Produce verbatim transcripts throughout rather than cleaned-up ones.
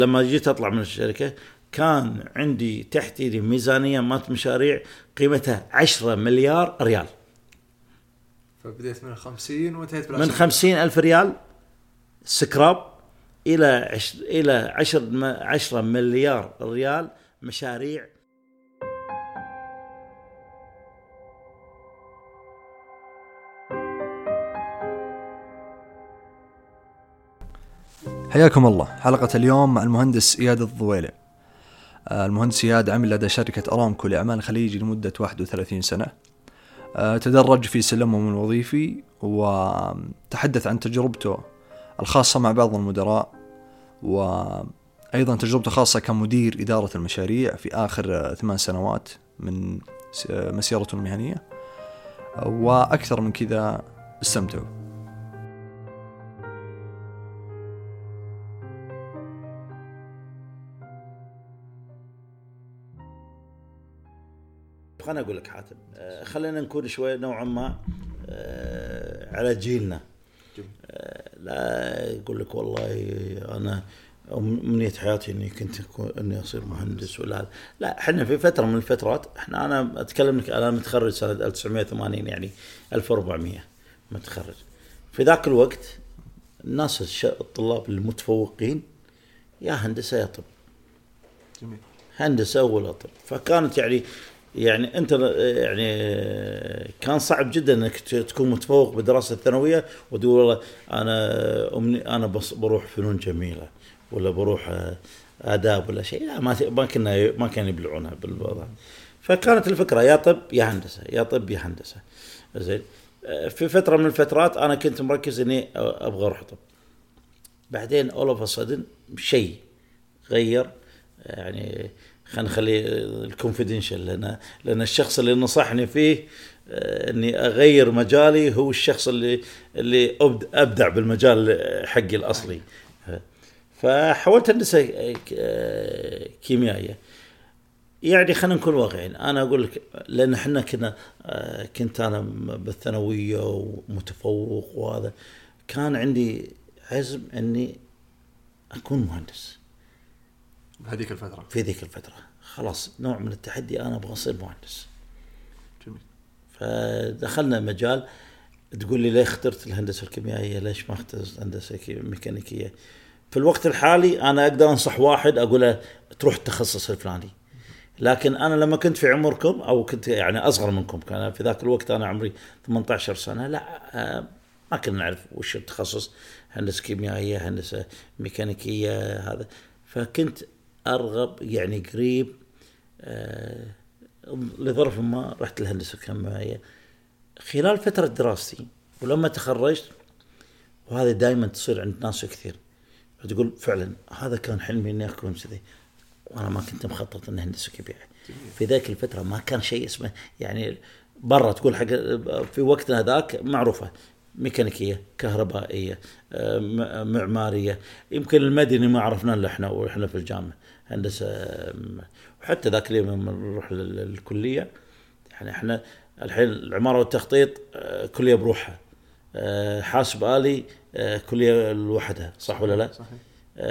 لما جيت أطلع من الشركة كان عندي تحت إيدي ميزانية مات مشاريع قيمتها عشرة مليار ريال. فبديت من خمسين وانتهيت من خمسين ألف ريال سكراب إلى عش... إلى عشر م... عشرة مليار ريال مشاريع. حياكم الله. حلقة اليوم مع المهندس إياد الضويلي. المهندس إياد عمل لدى شركة أرامكو لأعمال خليجي لمدة واحد وثلاثين سنة. تدرج في سلمه الوظيفي وتحدث عن تجربته الخاصة مع بعض المدراء، وأيضا تجربته خاصة كمدير إدارة المشاريع في آخر ثمان سنوات من مسيرته المهنية، وأكثر من كذا. استمتعوا. خلنا أقول لك حاتم، خلينا نكون شوي نوعا ما على جيلنا. لا يقول لك والله أنا أمنية حياتي إني كنت إني أصير مهندس ولا لا. إحنا في فترة من الفترات، إحنا أنا أتكلم لك أنا متخرج سنة ألف وتسعمائة وثمانين، يعني ألف وأربعمائة متخرج. في ذاك الوقت الناس الطلاب المتفوقين يا هندسة يا طب، هندسة ولا طب. فكانت يعني يعني أنت يعني كان صعب جدا إنك تكون متفوق بالدراسة الثانوية وتقول والله أنا أمني أنا بس بروح فنون جميلة ولا بروح آداب ولا شيء. لا، ما ما كنا ما كانوا يبلعونها بالوضع. فكانت الفكرة يا طب يا هندسة، يا طب يا هندسة. زين. في فترة من الفترات أنا كنت مركز إني أبغى أروح طب. بعدين all of a sudden شيء غير، يعني خلينا نخلي الكونفيدنشال لنا، لأن الشخص اللي نصحني فيه إني أغير مجالي هو الشخص اللي اللي أبدع بالمجال حقي الأصلي. فحاولت هندسة كيميائية. يعني خلينا نكون واقعين، أنا أقول لك لأن إحنا كنا كنت أنا بالثانوية ومتفوق، وهذا كان عندي عزم إني أكون مهندس. هذيك الفترة في ذيك الفترة خلاص نوع من التحدي، أنا أبغى أصير مهندس. جميل. فدخلنا مجال. تقول لي ليه اخترت الهندسة الكيميائية، ليش ما اخترت الهندسة الميكانيكية؟ في الوقت الحالي أنا أقدر أنصح واحد أقوله تروح التخصص الفلاني، لكن أنا لما كنت في عمركم أو كنت يعني أصغر منكم، كان في ذاك الوقت أنا عمري ثمانية عشر سنة، لا ما كنا نعرف وش التخصص، هندسة كيميائية هندسة ميكانيكية هذا. فكنت أرغب يعني قريب آه لظرف ما رحت الهندسة الكيميائية خلال فترة دراستي. ولما تخرجت، وهذا دائما تصير عند ناس كثير، تقول فعلا هذا كان حلمي إني أكون كذي، وأنا ما كنت مخطط إن هندسة كيميائية. في ذاك الفترة ما كان شيء اسمه يعني برا تقول حق في وقتنا ذاك معروفة ميكانيكية كهربائية معمارية، يمكن المدني ما عرفنا إلا إحنا وإحنا في الجامعة هندسة. وحتى ذاك اليوم لما نروح للكلية، يعني إحنا الحين العمارة والتخطيط كلية بروحها، حاسب آلي كلية لوحدها، صح ولا لا؟ صحيح.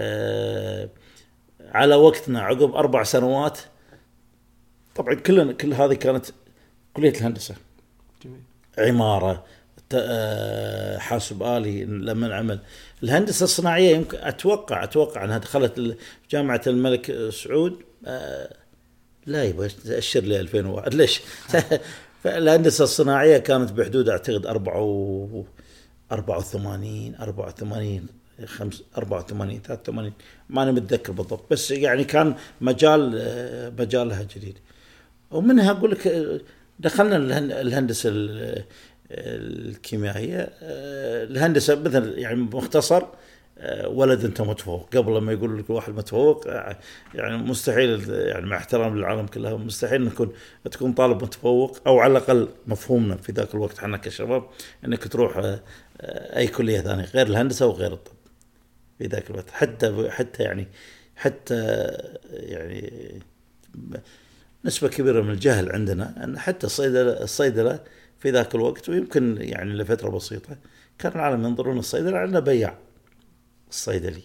على وقتنا عقب أربع سنوات طبعا كلنا كل هذه كانت كلية الهندسة. جميل. عمارة حاسب آلي. لما عمل الهندسة الصناعية يمكن أتوقع أتوقع أنها دخلت جامعة الملك سعود. آه لا يبغى أشر لي ألفين وواحد ليش. فالهندسة الصناعية كانت بحدود أعتقد أربعة و أربعة وثمانين أربعة وثمانين خمس أربعة وثمانين ثلاثة وثمانين، ما أنا متذكر بالضبط، بس يعني كان مجال مجالها جديد. ومنها أقول لك دخلنا الهندسة الكيميائية. الهندسة مثل يعني مختصر ولد أنت متفوق. قبل ما يقول لك واحد متفوق يعني مستحيل، يعني مع احترام للعالم كلها مستحيل نكون تكون طالب متفوق، أو على الأقل مفهومنا في ذاك الوقت حنا كشباب إنك تروح أي كلية ثانية غير الهندسة وغير الطب في ذاك الوقت. حتى حتى يعني حتى يعني نسبة كبيرة من الجهل عندنا، أن حتى الصيدلة الصيدلة في ذاك الوقت، ويمكن يعني لفترة بسيطة كان العالم ينظرون الصيدلة على بياع الصيدلي.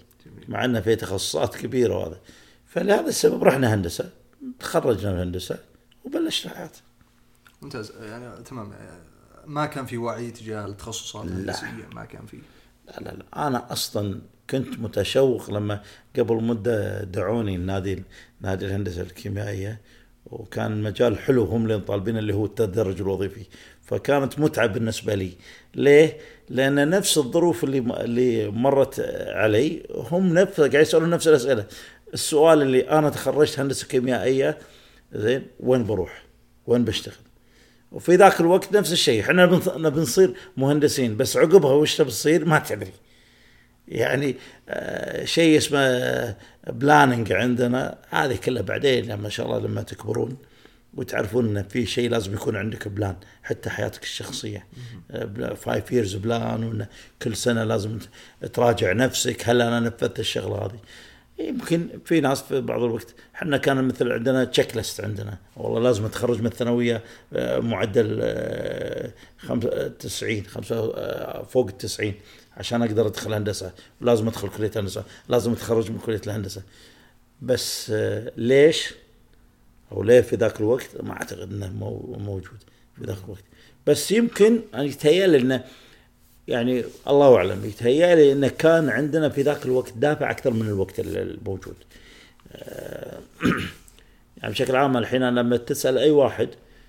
مع أنه في تخصصات كبيرة وهذا. فلهذا السبب رحنا هندسة، تخرجنا من هندسة وبلشنا حياتي. ممتاز. يعني تمام، ما كان في وعي تجاه التخصصات الهندسية؟ ما كان في. لا لا لا، أنا أصلا كنت متشوق لما قبل مدة دعوني النادي نادي الهندسة الكيميائية، وكان المجال حلو، هم اللي طالبين اللي هو التدرج الوظيفي، فكانت متعة بالنسبة لي. ليه؟ لأن نفس الظروف اللي اللي مرت علي هم نفس قاعد يسألون نفس الأسئلة. السؤال اللي أنا تخرجت هندسة كيميائية، زين وين بروح؟ وين بشتغل؟ وفي ذاك الوقت نفس الشيء، احنا بنصير مهندسين، بس عقبها وش بتصير ما تدري. يعني آه شيء اسمه بلاننج عندنا، هذه كلها بعدين لما شاء الله لما تكبرون وتعرفون ان في شيء لازم يكون عندك بلان، حتى حياتك الشخصيه فايف ييرز بلان، وان كل سنه لازم تراجع نفسك هل انا نفذت الشغله هذه. يمكن في ناس في بعض الوقت احنا كان مثل عندنا تشيك ليست، عندنا والله لازم اتخرج من الثانويه معدل تسعين خمسة فوق التسعين عشان اقدر ادخل هندسه، ولازم ادخل كليه هندسه، لازم اتخرج من كليه الهندسه. بس ليش او ليه في ذاك الوقت ما اعتقد انه موجود في ذاك الوقت. بس يمكن انا يتهيألي انه يعني الله اعلم، يتهيألي انه كان عندنا في ذاك الوقت دافع اكثر من الوقت الموجود. يعني بشكل عام الحين أنا لما تسأل اي واحد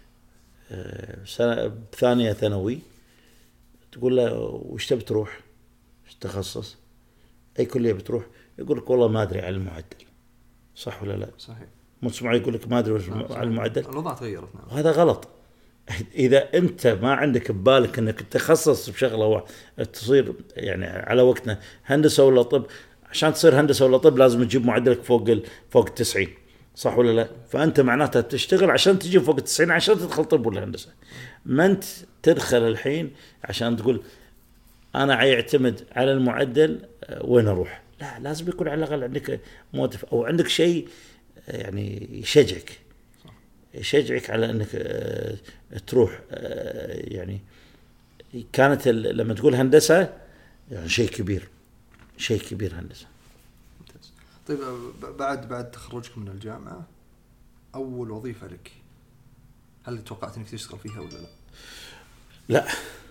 سنه ثانيه ثانوي تقول له وش تبي تروح، وش تخصص، اي كليه بتروح، يقول لك والله ما ادري على المعدل. صح ولا لا؟ صحيح. مو تسمع يقول لك ما ادري وش على المعدل. الوضع تغيرت. نعم. هذا غلط. اذا انت ما عندك ببالك انك تتخصص بشغله واحده، تصير يعني على وقتنا هندسه ولا طب، عشان تصير هندسه ولا طب لازم تجيب معدلك فوق ال فوق التسعين. صح ولا لا؟ فانت معناتها تشتغل عشان تجيب فوق التسعين عشان تدخل طب ولا هندسه. ما انت تدخل الحين عشان تقول انا يعتمد على المعدل وين اروح. لا، لازم يكون على الاقل عندك موتيف او عندك شيء يعني يشجعك يشجعك على انك تروح. يعني كانت لما تقول هندسه يعني شيء كبير، شيء كبير هندسه. طيب بعد بعد تخرجك من الجامعه اول وظيفه لك، هل توقعت انك تشتغل فيها ولا لا؟ لا،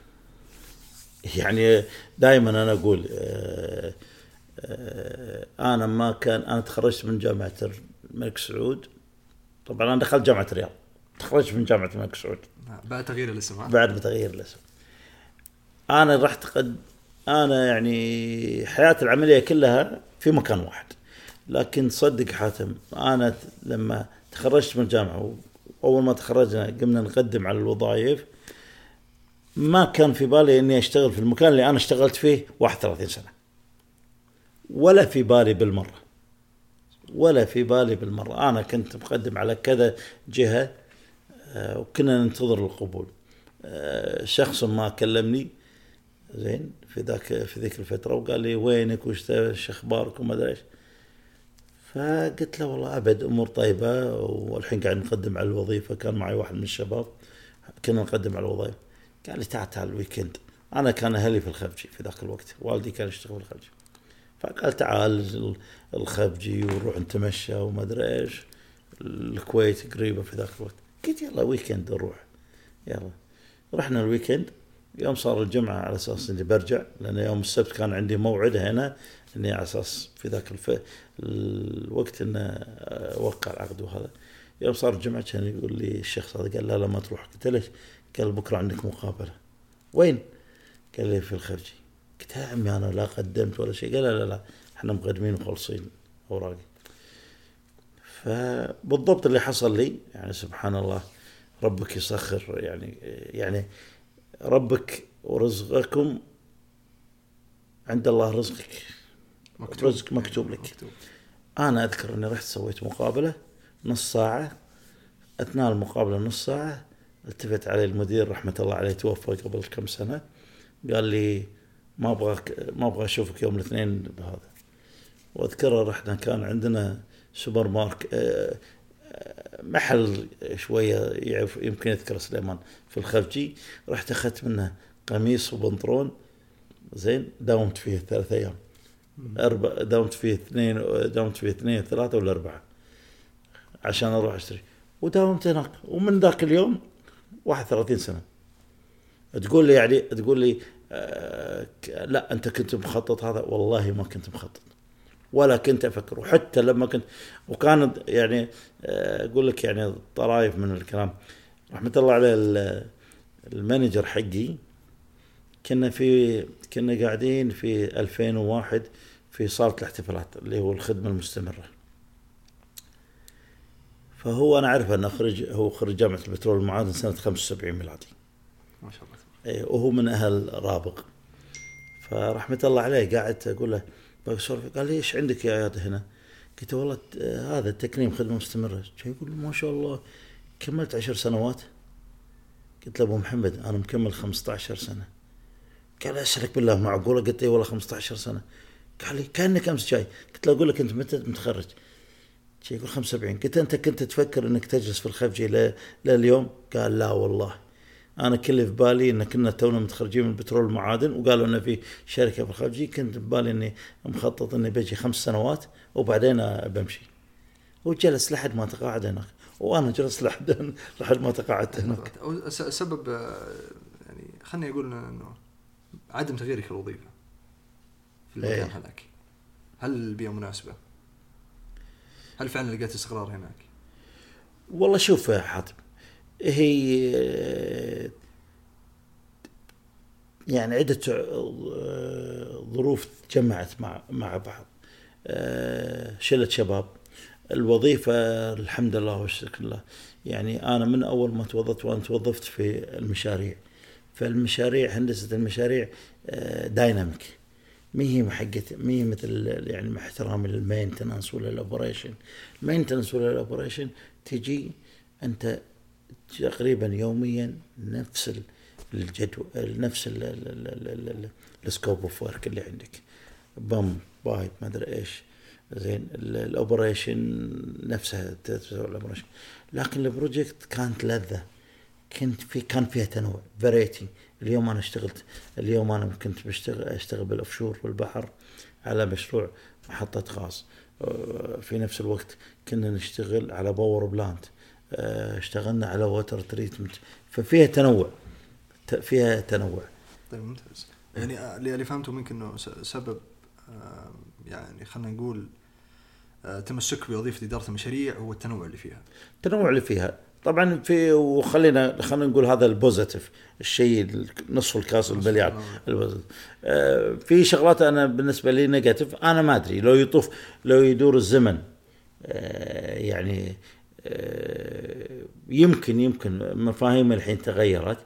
يعني دائما انا اقول انا ما كان انا تخرجت من جامعه الملك سعود. طبعا انا دخلت جامعه الرياض، تخرجت من جامعه الملك سعود بعد تغيير الاسم. بعد تغيير الاسم انا رحت قد انا يعني حياتي العمليه كلها في مكان واحد. لكن صدق حاتم، انا لما تخرجت من الجامعه واول ما تخرجنا قمنا نقدم على الوظائف، ما كان في بالي اني اشتغل في المكان اللي انا اشتغلت فيه واحد وثلاثين سنه، ولا في بالي بالمره ولا في بالي بالمره. انا كنت مقدم على كذا جهه وكنا ننتظر القبول. شخص ما كلمني زين في ذاك في ذيك الفتره وقال لي وينك وش اخبارك وما ادري ايش. فقلت له والله ابد امور طيبه، والحين قاعد نقدم على الوظيفه. كان معي واحد من الشباب كنا نقدم على الوظائف. قال لي تعال تعال الويكند. انا كان اهلي في الخفجي في ذاك الوقت، والدي كان يشتغل في الخفجي. فقال تعال الخفجي ونروح نتمشى وما ادري ايش، الكويت قريبه في ذاك الوقت. قلت يلا ويكند نروح. يلا رحنا الويكند. يوم صار الجمعة على أساس إني برجع، لأن يوم السبت كان عندي موعد هنا إني على أساس في ذاك الف... الوقت إنه أوقع العقد. وهذا يوم صار الجمعة كان يقول لي الشخص هذا قال لا لا ما تروح. قلت ليش؟ قال بكرة عندك مقابلة. وين؟ قال لي في الخفجي. قلت يا عمي أنا لا قدمت ولا شيء. قال لا لا لا إحنا مقدمين وخلصين أوراقي. فبالضبط اللي حصل لي يعني سبحان الله، ربك يسخر يعني يعني ربك ورزقكم عند الله، رزقك مكتوب. رزق مكتوب لك. مكتوب. أنا أذكر أني رحت سويت مقابلة نص ساعة. أثناء المقابلة نص ساعة التفت علي المدير رحمة الله عليه، توفى قبل كم سنة. قال لي ما أبغاك ما أبغى أشوفك يوم الاثنين بهذا. وأذكره رحنا كان عندنا سوبر ماركت محل شوية يعرف يمكن يذكر سليمان في الخفجي. رحت أخذت منه قميص وبنطلون زين، داومت فيه ثلاثة أيام. أربع داومت فيه اثنين داومت فيه اثنين ثلاثة ولا أربعة عشان أروح أشتري، وداومت هناك. ومن ذاك اليوم واحد وثلاثين سنة. تقول لي يعني تقول لي آه لا أنت كنت مخطط هذا؟ والله ما كنت مخطط ولا كنت أفكر. وحتى لما كنت وكان يعني آه أقول لك يعني طرائف من الكلام، رحمة الله عليه المانجر حقي، كنا في كنا قاعدين في ألفين وواحد في صالة الاحتفالات اللي هو الخدمة المستمرة. فهو أنا أعرف أنه خرج هو خرج جامعة البترول والمعادن سنة خمسة وسبعين ميلادي ما شاء الله. إيه، وهو من أهل رابغ. فرحمة الله عليه قاعد أقول له قال لي إيش عندك يا عيادة هنا؟ قلت والله هذا التكريم خدمة مستمرة. يقول ما شاء الله كملت عشر سنوات. قلت له أبو محمد أنا مكمل خمسة عشر سنة. قال أسألك بالله معقولة؟ قلت لي والله خمسة عشر سنة. قال لي كأنك أمس جاي. قلت له أقول لك أنت متى متخرج؟ يقول خمسة وسبعين. قلت أنت كنت تفكر أنك تجلس في الخفجي لليوم؟ قال لا والله أنا كل في بالي أن كنا تونا متخرجين من البترول والمعادن وقالوا أن في شركة في الخفجي، كنت في بالي أني مخطط أني بيجي خمس سنوات وبعدين بمشي. وجلس لحد ما تقاعد هناك، وأنا جلس لحد لحد ما تقاعدت هناك. سبب يعني خلني أقول أنه عدم تغييرك الوظيفة في المكان ايه. هناك، هل البيئة مناسبة؟ هل فعلا لقيت استقرار هناك؟ والله شوف يا حاتم، هي يعني عدة ظروف تجمعت مع مع بعض. شلة شباب، الوظيفة الحمد لله والشكر لله. يعني أنا من أول ما توظفت وأنا توظفت في المشاريع، فالمشاريع هندسة المشاريع دايناميك، مي هي حقت مي مثل يعني مع احترام المينتنانس ولا الأوبريشن. المينتنانس ولا الأوبريشن تجي أنت تقريبا يوميا نفس الجدول، نفس السكوب اوف ورك اللي عندك، بام بايب ما ادري ايش، زين الاوبريشن نفسها الاوبريشن. لكن البروجكت كانت لذة، كنت في كان فيها تنوع فاريتي. اليوم انا اشتغلت اليوم انا كنت بشتغل اشتغل بالاوفشور والبحر على مشروع محطة غاز، في نفس الوقت كنا نشتغل على باور بلانت، اشتغلنا على ووتر تريتمنت. ففيها تنوع فيها تنوع طيب ممتاز. يعني اللي فهمته منك انه سبب يعني خلينا نقول تمسك بوظيفة إدارة المشاريع هو التنوع اللي فيها. التنوع اللي فيها طبعا في، وخلينا خلينا نقول هذا البوزيتيف، الشيء نصف الكاس المليار. في شغلات انا بالنسبه لي نيجاتيف، انا ما ادري لو يطوف لو يدور الزمن يعني يمكن يمكن مفاهيم الحين تغيرت،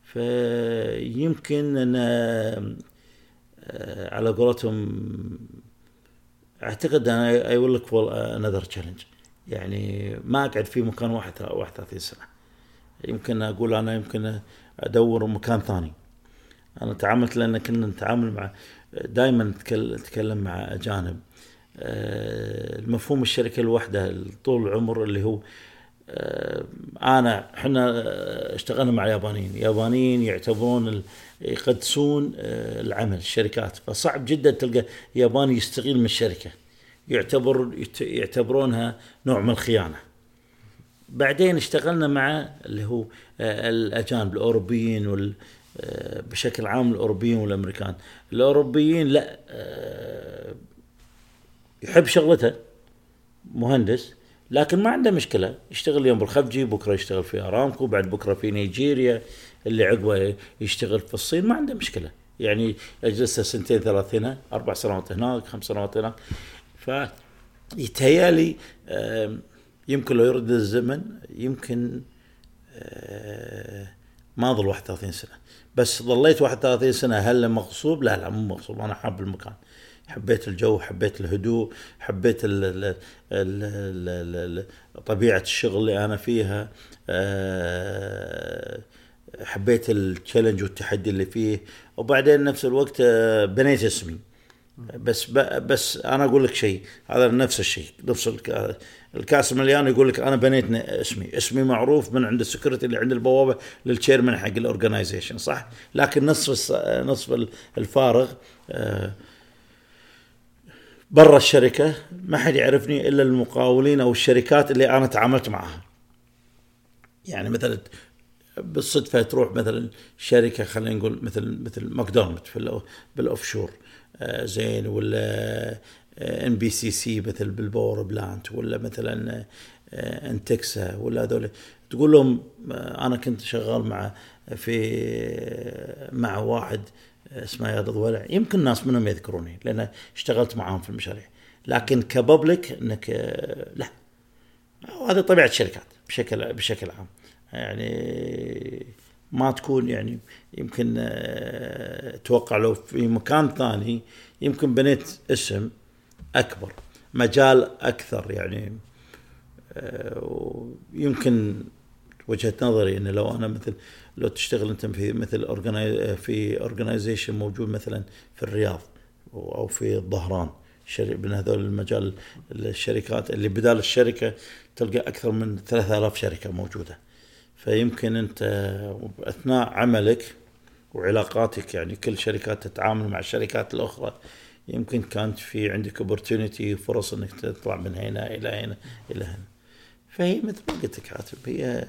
فيمكن أن على قولتهم أعتقد أنا I will look for another challenge. يعني ما أقعد في مكان واحد واحد ثلاثين سنة، يمكن أقول أنا يمكن أدور مكان ثاني. أنا تعاملت لأن كنا نتعامل مع دائما نتكلم مع أجانب. المفهوم الشركة الواحدة طول العمر اللي هو أنا حنا اشتغلنا مع يابانيين يابانيين يعتبرون يقدسون العمل الشركات، فصعب جدا تلقى ياباني يستغل من الشركة، يعتبر يعتبرونها نوع من الخيانة. بعدين اشتغلنا مع اللي هو الأجانب الأوروبيين وال بشكل عام الأوروبيين والأمريكان. الأوروبيين لا يحب شغلته مهندس، لكن ما عنده مشكلة يشتغل اليوم بالخفجي، بكرة يشتغل في أرامكو، بعد بكرة في نيجيريا، اللي عقبه يشتغل في الصين، ما عنده مشكلة. يعني أجلسه سنتين ثلاث هنا، أربع سنوات هناك، خمس سنوات هناك. فيتهيالي يمكن لو يرد الزمن يمكن ما ظل واحد وثلاثين سنة، بس ظليت واحد وثلاثين سنة. هل مغصوب؟ لا لا مو مغصوب، أنا حاب المكان، حبيت الجو، حبيت الهدوء، حبيت ال ال ال ال طبيعة الشغل اللي أنا فيها، حبيت التشالنج والتحدي اللي فيه. وبعدين نفس الوقت بنيت اسمي. بس بس أنا أقول لك شيء، هذا نفس الشيء، نفس الكاس مليان يقول لك أنا بنيت اسمي، اسمي معروف من عند السكرتي اللي عند البوابة للتشيرمان حق الأورجنايزيشن، صح؟ لكن نصف نصف الفارغ برا الشركة ما حد يعرفني إلا المقاولين أو الشركات اللي أنا تعاملت معها. يعني مثلا بالصدفة تروح مثلا شركة خلينا نقول مثل مثل ماكدونالد في بالأوفشور زين، ولا ان بي سي سي مثل بالباور بلانت، ولا مثلا انتكسا، ولا هذول تقول لهم أنا كنت شغال مع في مع واحد اسمه ياد الضويلع، يمكن الناس منهم يذكروني لأن اشتغلت معهم في المشاريع، لكن كبابليك انك لا. وهذا طبيعة الشركات بشكل بشكل عام، يعني ما تكون يعني يمكن اتوقع لو في مكان ثاني يمكن بنيت اسم اكبر، مجال اكثر، يعني يمكن وجهة نظري ان لو انا مثل لو تشتغل انت في مثل في اورجنايزيشن موجود مثلا في الرياض او في الظهران، من هذول المجال الشركات اللي بدال الشركة تلقى أكثر من ثلاثة آلاف شركة موجودة، فيمكن أنت أثناء عملك وعلاقاتك يعني كل شركات تتعامل مع الشركات الأخرى، يمكن كانت في عندك opportunity فرص أنك تطلع من هنا إلى هنا إلى هنا. فهي مثل ما قلت لك عاتب، هي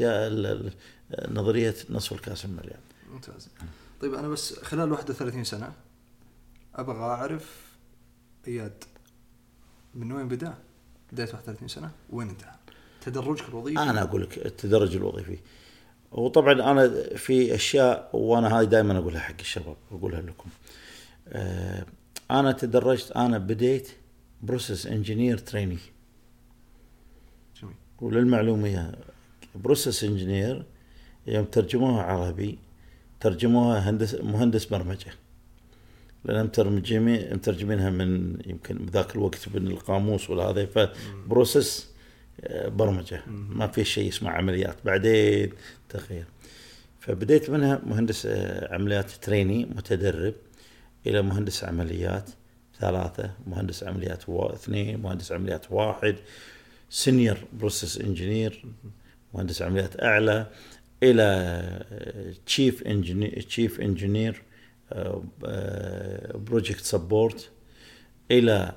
نظرية نصف الكاس المليان. ممتاز. طيب أنا بس خلال واحد وثلاثين سنة أبغى أعرف إياد من وين بدأ بداية واحد وثلاثين سنة وين انتهى تدرجك الوظيفي. أنا أقول لك التدرج الوظيفي، وطبعا أنا في أشياء وأنا هاي دائما أقولها حق الشباب أقولها لكم. أنا تدرجت، أنا بديت بروسيس انجينير تريني. وللمعلومية بروسيس انجينير يوم ترجموها عربي ترجموها هندس مهندس برمجة، لأن مترجمين مترجمينها من يمكن ذاك الوقت من القاموس ولا هذا، فبروسيس برمجة ما في شيء اسمه عمليات بعدين تغيير. فبديت منها مهندس عمليات تريني متدرب إلى مهندس عمليات ثلاثة، مهندس عمليات اثنين، مهندس عمليات واحد، سينيور بروسيس انجينير مهندس عمليات أعلى، إلى تشيف انجينير تشيف انجينير بروجكت سبورت، إلى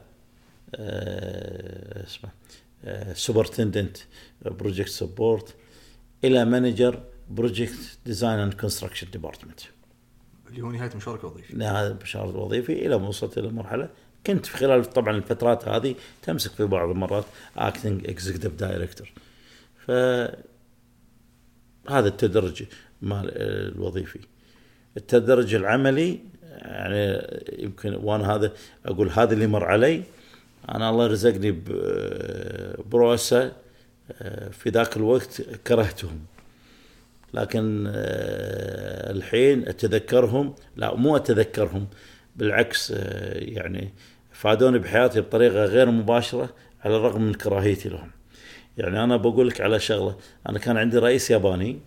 اسمه سوبرتندنت بروجكت سبورت، إلى مانجر بروجكت ديزاين اند كونستراكشن ديبارتمنت، اللي هو نهاية مشوارك الوظيفي. نهاية مشواري الوظيفي إلى ما وصلت إلى مرحلة كنت في خلال طبعا الفترات هذه تمسك في بعض المرات acting executive director. فهذا التدرج مال الوظيفي. التدرج العملي يعني يمكن وانا هذا اقول هذا اللي مر علي، انا الله رزقني برؤساء في ذاك الوقت كرهتهم، لكن الحين اتذكرهم، لا مو اتذكرهم بالعكس، يعني فادوني بحياتي بطريقة غير مباشرة على الرغم من كراهيتي لهم. يعني أنا بقول لك على شغلة، أنا كان عندي رئيس ياباني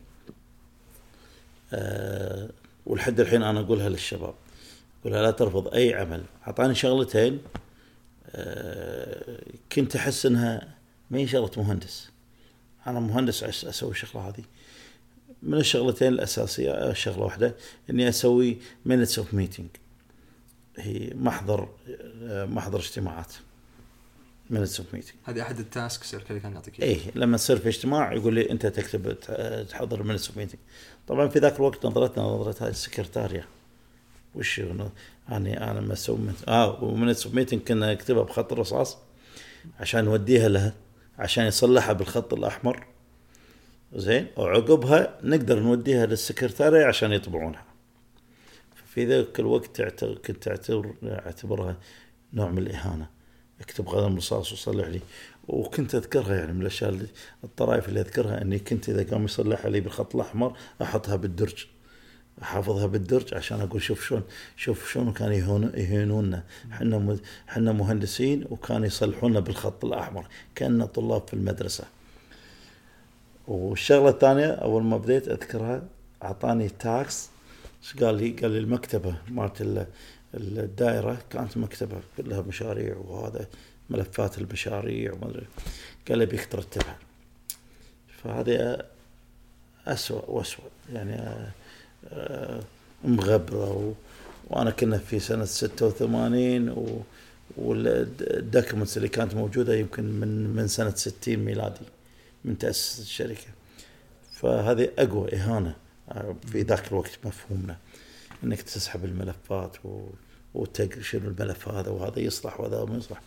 أه ولحد الحين أنا أقولها للشباب، أقولها لا ترفض أي عمل. عطاني شغلتين أه كنت أحس إنها ما هي شغلة مهندس، أنا مهندس أسوي الشغلة هذه. من الشغلتين الأساسية شغلة واحدة إني أسوي minutes of meeting، هي محضر محضر اجتماعات minutes of meeting. هذه أحد التاسكس اللي كان يعطيك إيه لما تصير في اجتماع يقول لي أنت تكتب تحضر minutes of meeting. طبعا في ذاك الوقت نظرتنا نظرت هاي السكرتارية وش يعني أنا ما أسوي آه وminutes of meeting كنا نكتبها بخط الرصاص عشان نوديها لها عشان يصلحها بالخط الأحمر زين، وعقبها نقدر نوديها للسكرتارية عشان يطبعونها. في ذاك الوقت كنت أعتبر أعتبرها نوع من الإهانة، اكتب قلم رصاص وصلح لي. وكنت أذكرها يعني من الأشياء الطرائف اللي أذكرها أني كنت إذا قام يصلحها لي بالخط الأحمر أحطها بالدرج، أحافظها بالدرج عشان أقول شوف شلون شوف شلون كانوا يهون يهينوننا حنا حنا مهندسين وكانوا يصلحونا بالخط الأحمر كأننا طلاب في المدرسة. والشغلة الثانية أول ما بديت أذكرها أعطاني تاكس، قال لي قال لي المكتبة مالت الدائرة كانت مكتبة كلها مشاريع وهذا ملفات المشاريع وما أدري، قال لي بيك ترتبها. فهذه أسوأ وأسوأ يعني مغبرة و... وأنا كنا في سنة ستة وثمانين و... والدوكيومنتس اللي كانت موجودة يمكن من من سنة ستين ميلادي من تأسيس الشركة. فهذه أقوى إهانة في ذاك الوقت مفهومنا، إنك تسحب الملفات وتقل شنو الملف هذا وهذا يصلح وهذا ما يصلح.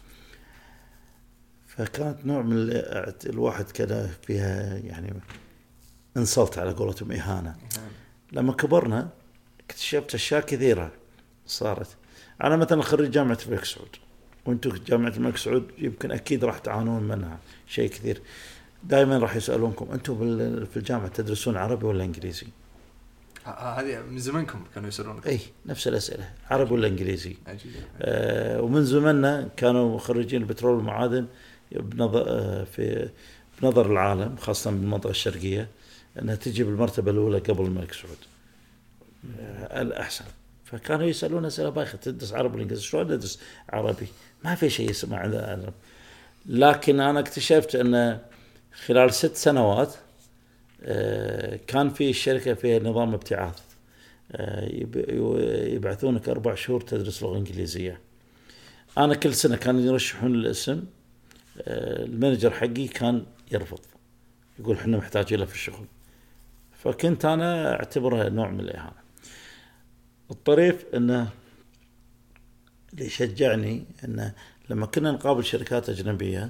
فكانت نوع من الواحد كذا فيها يعني انصلت على قولتهم إهانة. لما كبرنا اكتشفت أشياء كثيرة صارت. أنا مثلا خريج جامعة الملك سعود، وانتم جامعة الملك سعود يمكن أكيد راح تعانون منها شيء كثير. دائما راح يسألونكم أنتم في الجامعة تدرسون عربي ولا إنجليزي؟ هذه من زمانكم كانوا يسألونكم. أي نفس الأسئلة، عربي ولا إنجليزي. آه ومن زماننا كانوا خريجين البترول والمعادن بنظر آه في بنظر العالم خاصة بالمنطقة الشرقية أنها تجي بالمرتبة الأولى قبل الملك سعود آه الأحسن. فكانوا يسألون أسئلة بايخة، تدرس عربي ولا إنجليزي؟ شلون ندرس عربي؟ ما في شيء يسمع عندنا. لكن أنا اكتشفت أن خلال ست سنوات كان في الشركة فيها نظام ابتعاث، يبعثونك أربع شهور تدرس لغة إنجليزية. أنا كل سنة كانوا يرشحون الاسم، المانجر حقي كان يرفض، يقول إحنا محتاجين له في الشغل. فكنت أنا أعتبرها نوع من الإهانة. الطريف إنه اللي شجعني إنه لما كنا نقابل شركات أجنبية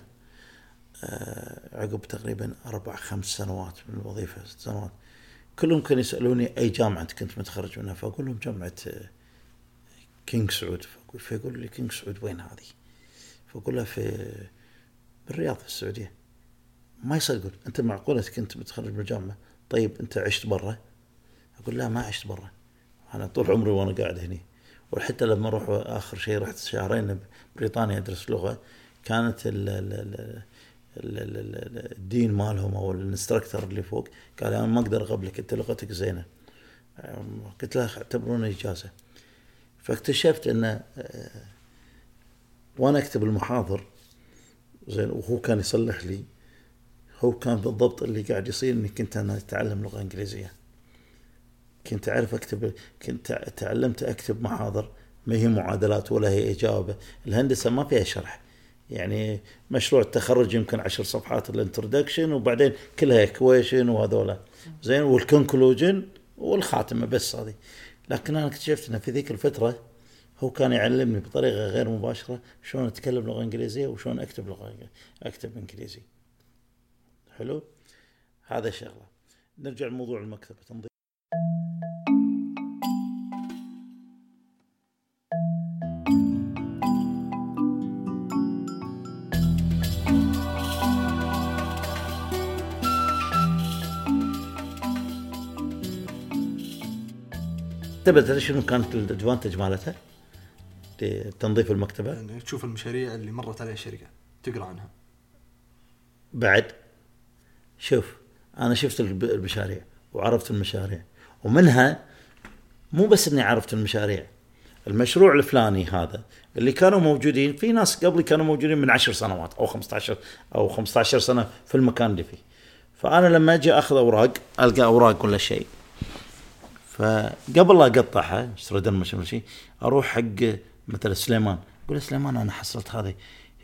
عقب تقريبا أربع خمس سنوات من الوظيفة، ست سنوات، كلهم كانوا يسألوني أي جامعة أنت كنت متخرج منها؟ فأقول لهم جامعة كينغ سعود. فيقول لي كينغ سعود وين هذه؟ فأقول له في بالرياض في السعودية. ما يصدقون. أنت معقولة كنت متخرج من الجامعة؟ طيب أنت عشت برا؟ أقول لا ما عشت برا، أنا طول عمري وأنا قاعد هنا. وحتى لما أروح آخر شيء رحت شهرين بريطانيا أدرس لغة، كانت ال ال الدين مالهم أو الانستراكتور اللي فوق قال أنا ما أقدر أقبلك، أنت لغتك زينة. قلت له اعتبروني إجازة. فاكتشفت أنه وأنا أكتب المحاضر زين وهو كان يصلح لي، هو كان بالضبط اللي قاعد يصير إني كنت أنا أتعلم لغة إنجليزية. كنت أعرف أكتب، كنت تعلمت أكتب محاضر ما هي معادلات ولا هي إجابة. الهندسة ما فيها شرح، يعني مشروع التخرج يمكن عشر صفحات الانترودكشن وبعدين كلها اكويشن وهذولا زين والكونكلوجن والخاتمة بس هذه. لكن أنا اكتشفت أن في ذيك الفترة هو كان يعلمني بطريقة غير مباشرة شلون أتكلم لغة إنجليزية وشلون أكتب لغة أكتب إنجليزي. حلو، هذا شغلة. نرجع لموضوع المكتبة تنظيم. تبدأ شنو كانت الادفانتج مالتها لتنظيف المكتبة؟ يعني تشوف المشاريع اللي مرت عليها الشركة تقرأ عنها. بعد شوف أنا شفت المشاريع وعرفت المشاريع، ومنها مو بس إني عرفت المشاريع، المشروع الفلاني هذا اللي كانوا موجودين في ناس قبل كانوا موجودين من عشر سنوات أو خمسة عشر أو خمسة عشر سنة في المكان اللي فيه. فأنا لما أجي أخذ أوراق ألقى أوراق ولا شيء، فقبل لا أقطعها اشتري دم مش شيء أروح حق مثل سليمان أقول سليمان أنا حصلت هذه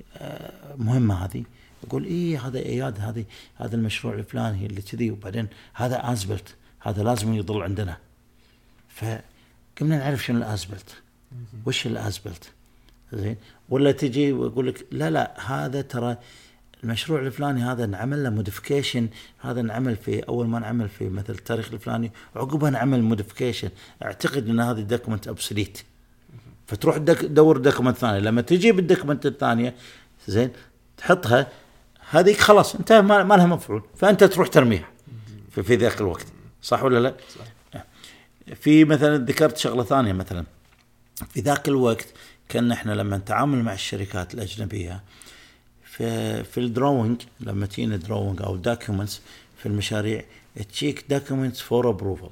مهمة هذه، يقول إيه هذا إياد هذه هذا المشروع الفلاني اللي كذي، وبعدين هذا أزبلت هذا لازم يضل عندنا. فقمنا نعرف شنو الأزبلت وش الأزبلت زين. ولا تجي ويقول لك لا لا هذا ترى المشروع الفلاني هذا نعمل له موديفيكيشن، هذا نعمل في أول ما نعمل في مثل التاريخ الفلاني وعقبها نعمل موديفيكيشن، اعتقد ان هذه الدوكمنت ابسوليت. فتروح تدور دوكمنت ثاني، لما تجي بالدوكمنت الثانيه زين تحطها هذيك خلاص انتهى ما لها مفعول، فانت تروح ترميها في, في ذاك الوقت. صح ولا لا؟ صح. في مثلا ذكرت شغله ثانيه، مثلا في ذاك الوقت كنا احنا لما نتعامل مع الشركات الاجنبيه في في الدروينج، لما تيجي دروينج او دوكيومنتس في المشاريع تجيك دوكيومنتس فور ابروفل.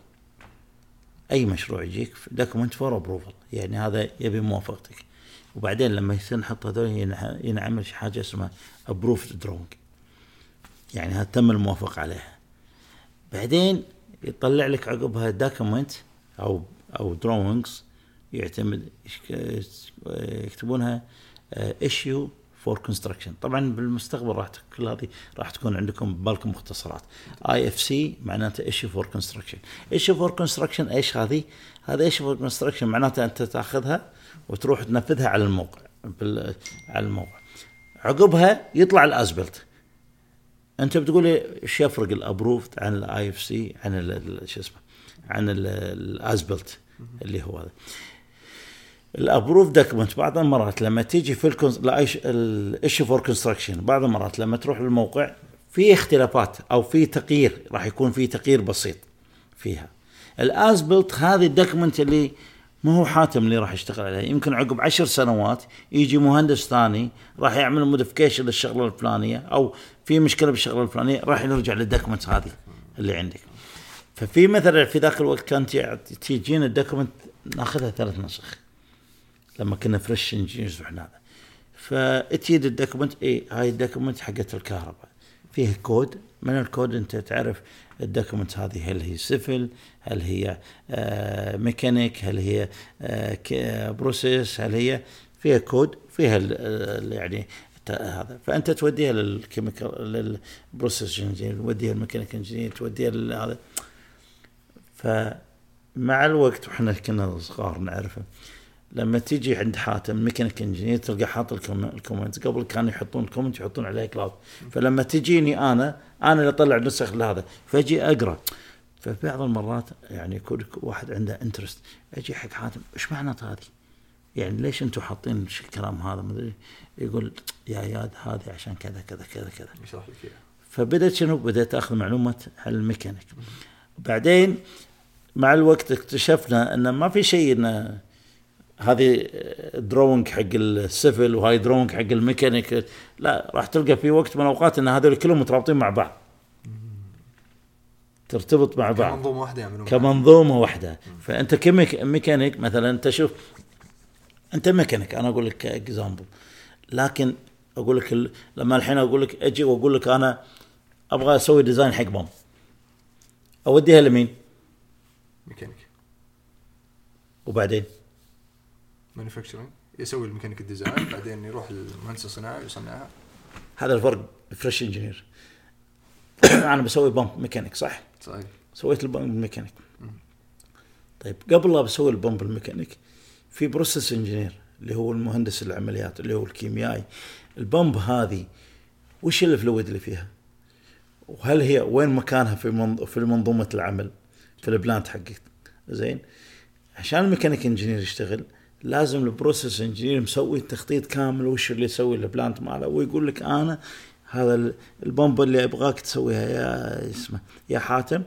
اي مشروع يجيك دوكيومنت فور ابروفل، يعني هذا يبي موافقتك. وبعدين لما يصير نحط هذول ينعمل حاجه اسمها ابروفد دروينج، يعني هذا تم الموافقه عليها. بعدين يطلع لك عقبها دوكيومنت او او دروينجز يعتمد يكتبونها issue for construction. طبعا بالمستقبل راح كل هذه راح تكون عندكم بالكم مختصرات. آي إف سي معناته issue for construction. issue for construction ايش هذه؟ هذا issue for construction معناته انت تاخذها وتروح تنفذها على الموقع على الموقع. عقبها يطلع الازبلت. انت بتقولي ايش يفرق الابروفد عن الاي اف سي عن شو اسمه عن الازبلت اللي هو هذا الابروف دوكيمنت. بعض المرات لما تيجي في الايشو فور كونستراكشن بعض المرات لما تروح للموقع في اختلافات او في تغيير، راح يكون في تغيير بسيط فيها. الازبلت هذه الدوكيمنت اللي ما هو حاتم اللي راح يشتغل عليها، يمكن عقب عشر سنوات يجي مهندس ثاني راح يعمل موديفيكيشن للشغله الفلانيه او في مشكله بالشغله الفلانيه، راح يرجع للدوكيمنت هذه اللي عندك. ففي مثلا في ذاك الوقت كانت تيجينا الدوكيمنت ناخذها ثلاث نسخ لما كنا فريش انجينيرز وحنا هذا. فاتيد الدوكيمنت اي هاي الدوكيمنت حقت الكهرباء فيه كود، من الكود انت تعرف الدوكيمنت هذه هل هي سيفل، هل هي آه ميكانيك، هل هي آه بروسيس، هل هي فيها كود فيها يعني هذا. فانت توديها للكيميكال للبروسيس انجينير، توديها الميكانيك انجينير، توديها هذا. فمع الوقت وحنا كنا صغار نعرفه، لما تيجي عند حاتم ميكانيك انجينير تلقى حاط الكومنت. قبل كانوا يحطون الكومنت يحطون عليه كلاود. فلما تجيني انا انا اللي اطلع نسخ لهذا فاجي اقرا. فبعض المرات يعني يكون واحد عنده انترست اجي حق حاتم ايش معنى هذه، يعني ليش انتم حاطين الكلام هذا مدري، يقول يا ياد هذه عشان كذا كذا كذا كذا. فبدأت شنو بدأت اخذ معلومات عن الميكانيك. بعدين مع الوقت اكتشفنا ان ما في شيء ان هذه دروينج حق السيفل وهاي دروينج حق الميكانيك، لا راح تلقى في وقت من الاوقات ان هذول كلهم مترابطين مع بعض، ترتبط مع بعض كمنظومه واحده يعملون كمنظومه واحده. فانت كميكانيك مثلا انت شوف انت ميكانيك، انا اقول لك اكزامبل، لكن اقول لك لما الحين اقول لك اجي واقول لك انا ابغى اسوي ديزاين حق بوم، اوديها لمين؟ ميكانيك. وبعدين مانيفاكتشرنج يسوي الميكانيك الديزاين، بعدين يروح المهندس الصناعي يصنعها. هذا الفرق فريش انجينير. انا بسوي بوم ميكانيك صح؟ صحيح. سويت البوم الميكانيك. طيب قبل لا بسوي البوم الميكانيك في بروسيس انجينير اللي هو المهندس العمليات اللي هو الكيميائي. البومب هذه وش الفلويد اللي فيها، وهل هي وين مكانها في منظ... في منظومه العمل في البلانت حقك. زين، عشان الميكانيك انجينير يشتغل لازم البروسيس انجينير مسوي تخطيط كامل وش اللي يسوي البلانت ماله، ويقول لك انا هذا البومب اللي ابغاك تسويها يا اسمه يا حاتم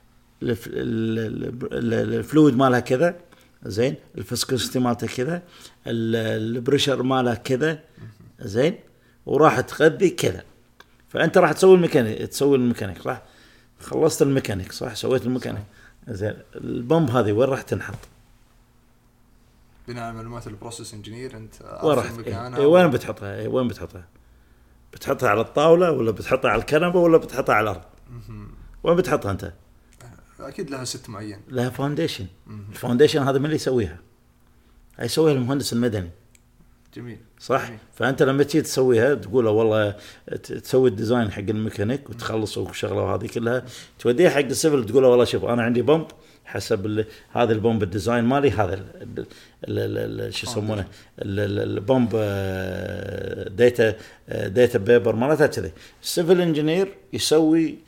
الفلويد مالها كذا، زين، الفسكوستي مالته كذا، البريشر مالها كذا، زين، وراح تغذي كذا. فانت راح تسوي الميكانيك تسوي الميكانيك صح، خلصت الميكانيك صح، سويت الميكانيك، زين. البومب هذه وين راح تنحط؟ بناء على معلومات البروسيس انجينير انت عارف مكانها. ايه وين بتحطها؟ ايه وين بتحطها؟ بتحطها على الطاوله ولا بتحطها على الكنبه ولا بتحطها على الارض؟ وين بتحطها انت؟ اكيد لها ست معين، لها فاونديشن. الفاونديشن هذا من اللي يسويها؟ هيسويها المهندس المدني. جميل صح. جميل. فانت لما تيجي تسويها تقول والله تسوي الديزاين حق الميكانيك وتخلص وشغله هذه كلها، توديها حق السيفل تقول له والله شوف انا عندي بومب حسب هذا البومب الديزاين مالي هذا شو يسمونه البومب داتا داتا بيبر مالتها كذا. السيفل انجينير يسوي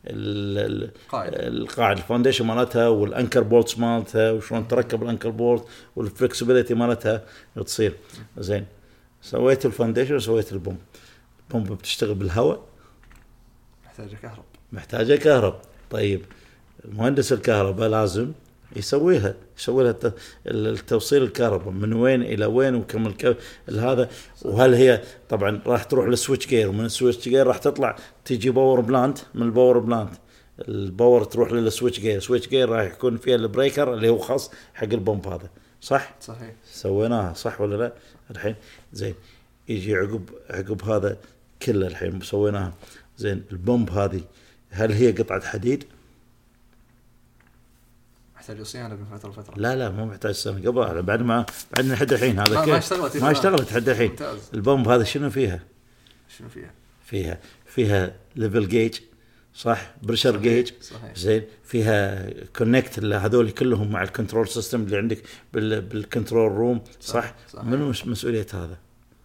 القاعده الفاونديشن مالتها والانكر بولتس مالتها وشلون تركب الانكر بولت والفلكسبيليتي مالتها تصير زين. سويت الفاونديشن وسويت البومب. البومب بتشتغل بالهواء، محتاجه كهرب محتاجه كهرب. طيب المهندس الكهرباء لازم يسويها يسوي لها التوصيل الكهرباء من وين الى وين وكم الك... هذا. وهل هي طبعا راح تروح للسويتش جير، ومن السويتش جير راح تطلع تيجي باور بلانت، من الباور بلانت الباور تروح للسويتش جير. السويتش جير راح يكون فيها البريكر اللي هو خاص حق البومب هذا صح. صحيح سويناها صح ولا لا؟ الحين زين يجي عقب عقب هذا كله الحين سويناها زين. البومب هذه هل هي قطعة حديد؟ محتاج صيانه من فتره لفتره. لا لا مو محتاج سنه قبل بعد ما بعد لحد الحين هذا ما, كيف ما اشتغلت ما اشتغلت لحد الحين. ممتاز. البومب هذا شنو فيها شنو فيها فيها فيها ليفل جيج صح بريشر جيج زين فيها كونكت هذول كلهم مع الكنترول سيستم اللي عندك بال بالكنترول روم صح, صح. صح. منو مسؤوليه هذا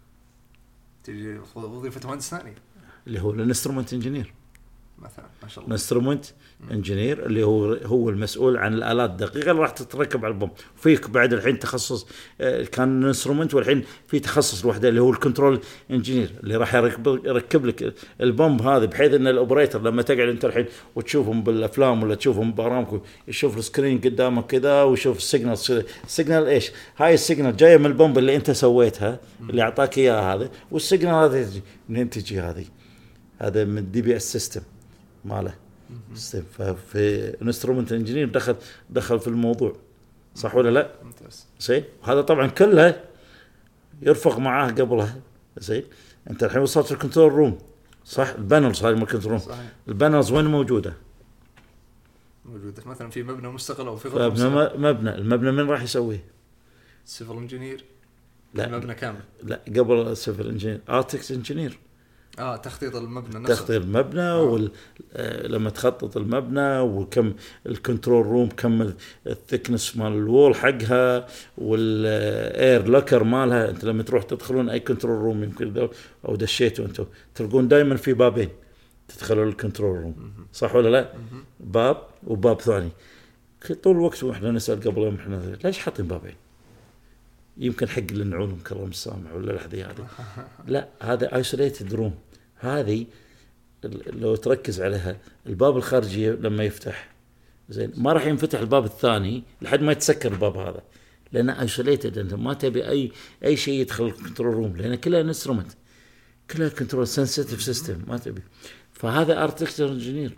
تجي وظيفه مهندس ثاني اللي هو الانسترومنت انجينير مثلا ما شاء الله الانسترومنت انجينير اللي هو هو المسؤول عن الالات الدقيقه اللي راح تتركب على البوم. فيك بعد الحين تخصص كان الانسترومنت والحين في تخصص لوحده اللي هو الكنترول انجينير اللي راح يركب يركب لك البوم هذا بحيث ان الاوبريتور لما تقعد انت الحين وتشوفهم بالافلام ولا تشوفهم ببرامج يشوف السكرين قدامك كذا ويشوف السيجنال السيجنال ايش هاي السيجنال جايه من البوم اللي انت سويتها اللي اعطاك اياها هذا والسيجنال هذا منين تجي هذه هذا من دي بي اس سيستم ماله. ففي انسترومنت انجينير دخل دخل في الموضوع صح ولا لا؟ ممتاز. زين وهذا طبعا كله يرفق معاه قبلها. زين انت الحين وصلت الكنترول روم صح البانلز هاي الكنترول روم البانلز وين موجوده؟ موجوده مثلا في مبنى مستقل او في غرفه مبنى مبنى المبنى من راح يسويه؟ سيفل انجينير. لا المبنى كامل لا قبل سيفل انجينير اركتكت انجينير اه تخطيط المبنى نفسه تخطيط المبنى آه. وال... آه لما تخطط المبنى وكم الكنترول روم كم الثكنس مال الوول حقها والاير لوكر مالها. انت لما تروح تدخلون اي كنترول روم يمكن او دشيتوا انتم تلقون دائما في بابين تدخلوا الكنترول روم صح ولا لا؟ باب وباب ثاني. طول الوقت واحنا نسال قبل يوم احنا ليش حاطين بابين؟ يمكن حق النعول مكرم السامع ولا لحظه هذه لا هذا ايسوليتد روم. هذه لو تركز عليها الباب الخارجي لما يفتح زين ما راح ينفتح الباب الثاني لحد ما يتسكر الباب هذا لانه ايسوليتد. انت ما تبي اي اي شيء يدخل الكنترول روم لان كلها انسترومنت كلها كنترول سنسيتيف سيستم ما تبي. فهذا اركتكتشر انجينير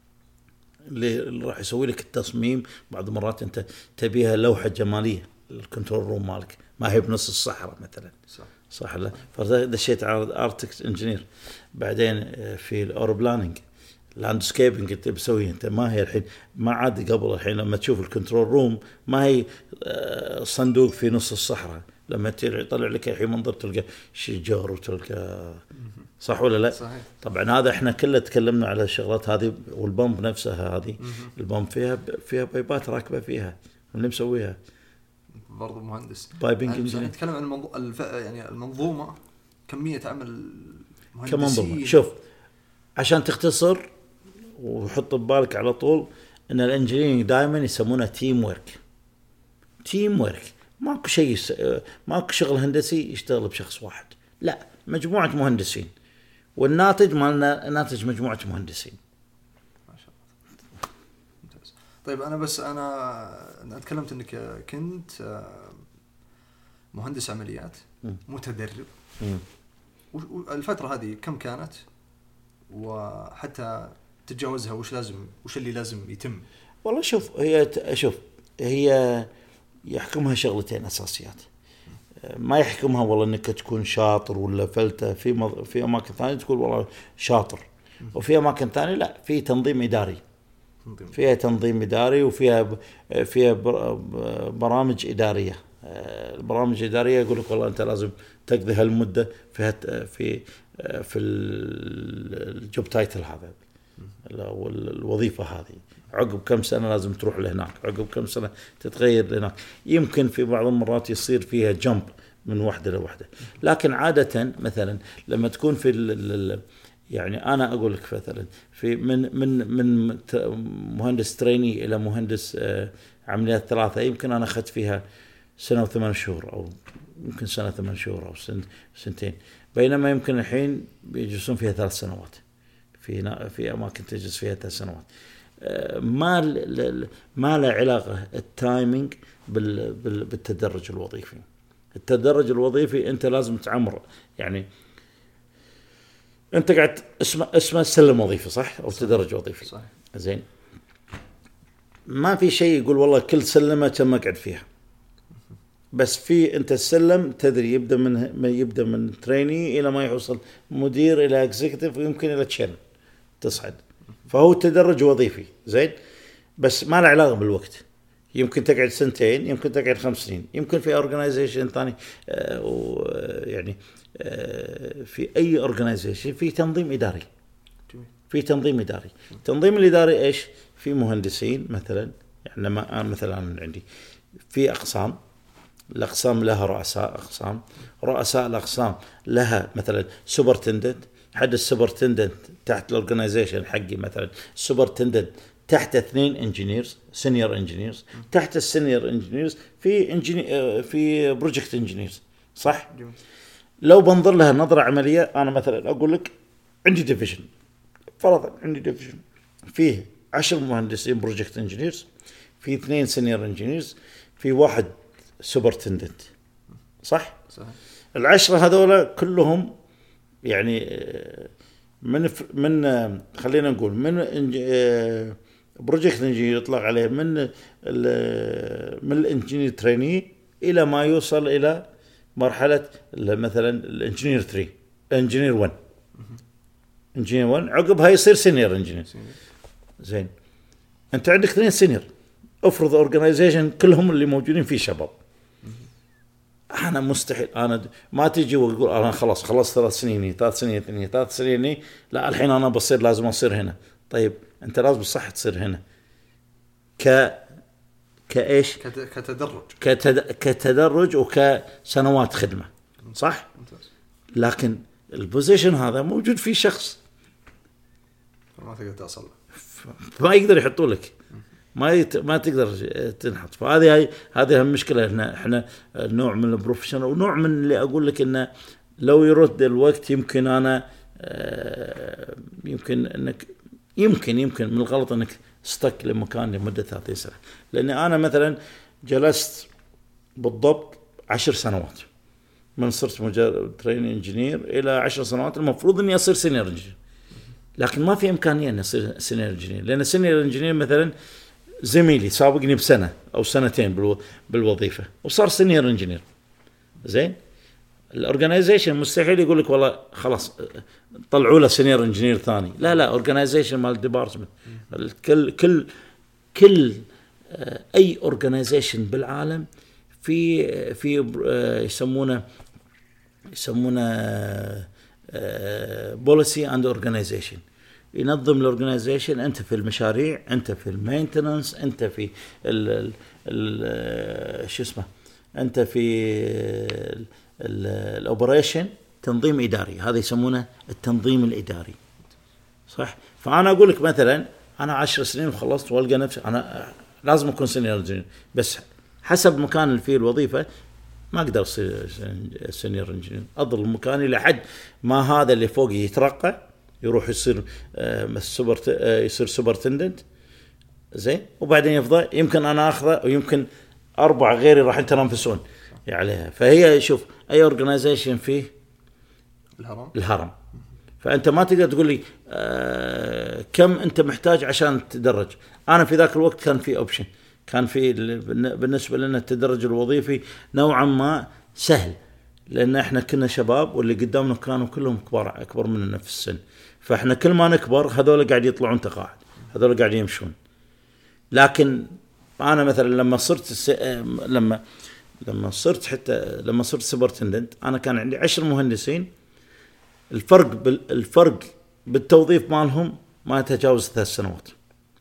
اللي راح يسوي لك التصميم. بعض المرات انت تبيها لوحه جماليه الكنترول روم مالك ما هي بنص الصحراء مثلا صح صح لا فدشيت على اركتكت انجينير. بعدين في الاور بلاننج لاندسكيبنج انت بسويه انت ما هي الحين ما عاد قبل الحين لما تشوف الكنترول روم ما هي صندوق في نص الصحراء لما يطلع لك الحين منظر تلقى شجر وتلقى صح ولا لا صحيح. طبعا هذا احنا كله تكلمنا على الشغلات هذه والبومب نفسها هذه البومب فيها فيها بايبات راكبه فيها اللي مسويها برضو مهندس بايبنج انجينير. نتكلم عن المنظو... الف... يعني المنظومه كميه عمل مهندسين. شوف عشان تختصر وحط ببالك على طول ان الانجينيرنج دائما يسمونه تيم ورك. تيم ورك ماكو شيء س... ماكو شغل هندسي يشتغل بشخص واحد لا مجموعه مهندسين والناتج مالنا ناتج مجموعه مهندسين. ما شاء الله ممتاز. طيب انا بس انا اتكلمت انك كنت مهندس عمليات متدرب والفتره هذه كم كانت وحتى تتجاوزها وش لازم وش اللي لازم يتم؟ والله شوف هي شوف هي يحكمها شغلتين اساسيات. ما يحكمها والله انك تكون شاطر ولا فلتة في مض... في اماكن ثانيه تقول والله شاطر وفي اماكن ثانيه لا في تنظيم اداري فيها تنظيم اداري وفيها ب... فيها بر... برامج اداريه. البرامج الاداريه يقول لك والله انت لازم تقضي هالمده في هت... في في الجوب تايتل هذا او الوظيفه هذه عقب كم سنه لازم تروح لهناك عقب كم سنه تتغير لهناك. يمكن في بعض المرات يصير فيها جمب من واحده لواحده لكن عاده مثلا لما تكون في ال يعني انا اقول لك مثلا في من من من مهندس تريني الى مهندس عمليات ثلاثه يمكن انا اخذت فيها سنه وثمان شهور او يمكن سنه ثمان شهور او سنة سنتين بينما يمكن الحين بيجلسون فيها ثلاث سنوات في في اماكن تجلس فيها ثلاث سنوات. ما ما له علاقه التايمينج بالتدرج الوظيفي. التدرج الوظيفي انت لازم تعمر يعني انت قاعد اسمه اسمه سلم وظيفي صح او صح. تدرج وظيفي صح. زين ما في شيء يقول والله كل سلمه كم اقعد فيها بس في انت السلم تدري يبدا من يبدا من تريني الى ما يوصل مدير الى اكزيكتيف ويمكن الى تشين تصعد. فهو تدرج وظيفي زين بس ما له علاقه بالوقت. يمكن تقعد سنتين، يمكن تقعد خمس سنين، يمكن في اورجنايزيشن ثاني آه ويعني آه في اي اورجنايزيشن في تنظيم اداري. في تنظيم اداري. التنظيم الاداري ايش؟ في مهندسين مثلا، يعني ما مثلا من عندي في اقسام، الاقسام لها رؤساء اقسام، رؤساء الاقسام لها مثلا سوبرتندنت، حد السوبرتندنت تحت الاورجنايزيشن حقي مثلا سوبرتندنت تحت اثنين انجينيرز سينيور انجينيرز، تحت السينيور انجينيرز في انجينير في بروجكت انجينيرز، صح؟ لو بنظر لها نظره عمليه، انا مثلا اقول لك عندي ديفيجن، فرضا عندي ديفيجن فيه عشر مهندسين بروجكت انجينيرز، في اثنين سينيور انجينيرز، في واحد سوبرتندنت، صح؟ صح. العشرة هذولا كلهم يعني من من خلينا نقول من بروجكت انجينير يطلق عليه من من الانجينير تريني الى ما يوصل الى مرحله مثلا الانجينير ثلاثة انجينير واحد انجينير واحد، عقبها يصير سينيور انجينير. زين، انت عندك اثنين سينيور، افرض اورجنايزيشن كلهم اللي موجودين فيه شباب، انا مستحيل انا ما تيجي وتقول انا خلاص خلصت ثلاث سنين ثلاث سنين اثنين ثلاث سنين لا الحين انا بصير لازم اصير هنا. طيب انت لازم صح تصير هنا ك كايش كتدرج كتد... كتدرج وكسنوات خدمه، صح؟ لكن البوزيشن هذا موجود فيه شخص ما تقدر توصل، ما يقدر يحطوا لك، ما يت... ما تقدر تنحط. فهذه هاي هذه المشكله. هنا احنا نوع من البروفيشنال ونوع من اللي اقول لك انه لو يرد الوقت يمكن انا آه يمكن انك يمكن يمكن من الغلط انك استك لمكان لمده ثلاثين سنه، لاني انا مثلا جلست بالضبط عشر سنوات من صرت مجرد تريننج انجينير الى عشر سنوات المفروض اني اصير سينيور انجينير، لكن ما في امكانيه اني اصير سينيور انجينير، لان سينيور انجينير مثلا زميلي سابقني بسنه او سنتين بالو... بالوظيفه وصار سينيور انجينير. زين، الاورجنايزيشن مستحيل يقول لك والله خلاص طلعوا له سينيور انجينير ثاني، لا لا اورجنايزيشن مال ديبارتمنت كل كل كل اي اورجنايزيشن بالعالم في في يسمونه يسمونه بوليسي اند اورجنايزيشن، ينظم الاورجنايزيشن. انت في المشاريع، انت في المينتننس، انت في ال ال شو اسمه انت في الاوبريشن، تنظيم اداري، هذا يسمونه التنظيم الاداري، صح؟ فانا اقول لك مثلا انا عشر سنين وخلصت والقى نفسي انا لازم اكون سينيور انجينير، بس حسب مكان اللي فيه الوظيفه ما اقدر اصير سينيور انجينير، اضل مكاني لحد ما هذا اللي فوقي يترقى يروح يصير آه سوبر آه يصير سوبرتندنت. زين، وبعدين يفضل يمكن انا اخذه ويمكن اربع غيري راح يتنافسون عليها. فهي شوف اي اورجنايزيشن فيه الهرم الهرم فانت ما تقدر تقول لي آه كم انت محتاج عشان تتدرج. انا في ذاك الوقت كان في اوبشن، كان في بالنسبه لنا التدرج الوظيفي نوعا ما سهل، لان احنا كنا شباب واللي قدامنا كانوا كلهم كبار اكبر مننا في السن، فاحنا كل ما نكبر هذول قاعد يطلعون تقاعد، هذول قاعد يمشون. لكن انا مثلا لما صرت الس... لما لما صرت حتى لما صرت سوبرتندنت انا كان عندي عشر مهندسين، الفرق بال... الفرق بالتوظيف مالهم ما يتجاوز ثلاث سنوات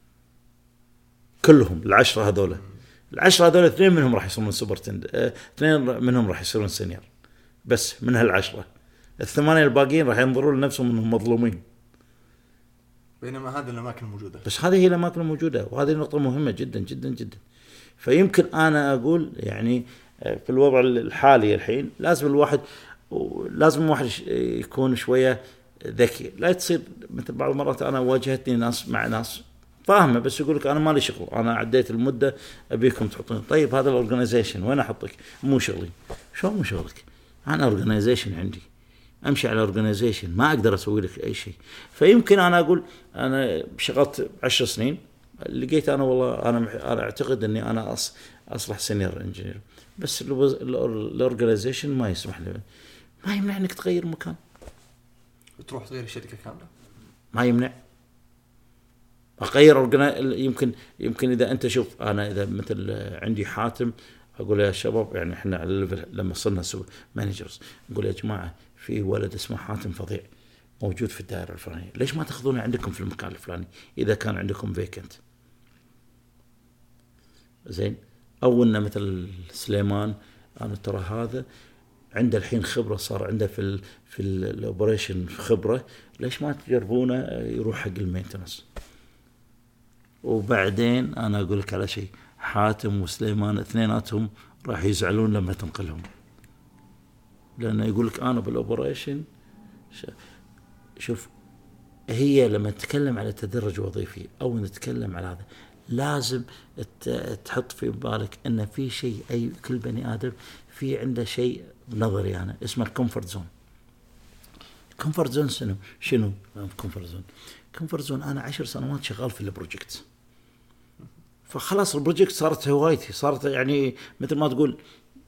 كلهم. العشرة هذول العشرة هذول اثنين منهم راح يصيرون سوبرتندنت، اثنين منهم راح يصيرون سينيور، بس من هالعشرة الثمانية الباقيين راح ينظرون لنفسهم انهم مظلومين، بينما هذه الاماكن موجوده. بس هذه هي الاماكن الموجوده، وهذه نقطه مهمه جدا جدا جدا. فيمكن انا اقول يعني في الوضع الحالي الحين لازم الواحد لازم الواحد يكون شويه ذكي، لا تصير مثل بعض المرات انا واجهتني ناس مع ناس فاهمه بس يقول لك انا مالي شغل، انا عديت المده ابيكم تحطون. طيب هذا الاورجنايزيشن وين احطك؟ مو شغلي. شو مو شغلك؟ انا اورجنايزيشن عندي، امشي على اورجنايزيشن، ما اقدر اسوي لك اي شيء. فيمكن انا اقول انا شغلت عشر سنين لقيت انا والله انا انا اعتقد اني انا اصلح سينيور انجينير، بس الاورجنايزيشن ما يسمح لي، ما يمنع انك تغير مكان، تروح تغير الشركه كامله، ما يمنع. اغير يمكن يمكن اذا انت شوف انا اذا مثل عندي حاتم اقول يا شباب يعني احنا على لما صرنا مانجرز نقول يا جماعه في ولد اسمه حاتم فظيع موجود في الدائره الفلانيه، ليش ما تاخذونه عندكم في المكان الفلاني اذا كان عندكم فيكنت؟ زين. او ان مثل سليمان انا ترى هذا عنده الحين خبره، صار عنده في ال في الاوبريشن خبره، ليش ما تجربونه يروح حق المينتنس؟ وبعدين انا اقول لك على شيء، حاتم وسليمان اثنيناتهم راح يزعلون لما تنقلهم، لانه يقول لك انا بالاوبريشن. شوف هي لما نتكلم على تدرج وظيفي او نتكلم على هذا لازم تحط في بالك ان في شيء، اي كل بني ادم في عنده شيء نظري انا اسمه الكومفورت زون. الكومفورت زون شنو شنو الكومفورت زون؟ الكومفورت زون انا عشر سنوات شغال في البروجكت، فخلاص البروجكت صارت هوايتي، صارت يعني مثل ما تقول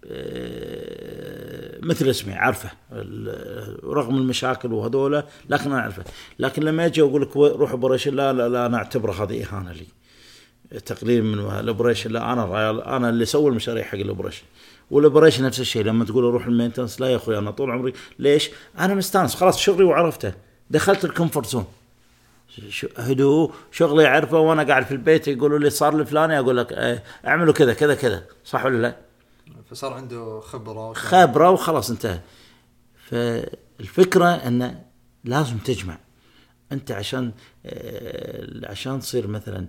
مثل اسمي عارفه رغم المشاكل وهذولا، لكن انا عارفه. لكن لما اجي اقول لك روح اوبريشن، لا لا لا انا اعتبره هذه اهانه لي، تقليل من الاوبريشن. لا انا انا اللي سوي المشاريع حق الاوبريشن، والاوبريشن نفس الشيء. لما تقول اروح المينتنس، لا يا اخوي انا طول عمري ليش انا مستانس خلاص شغلي وعرفته، دخلت الكومفورت زون، هدوء شغلي عارفه، وانا قاعد في البيت يقولوا لي صار الفلاني اقول لك اه اعملوا كذا كذا كذا، صح ولا لا؟ فصار عنده خبره خبره وخلاص انتهى. فالفكره انه لازم تجمع انت عشان اه عشان تصير مثلا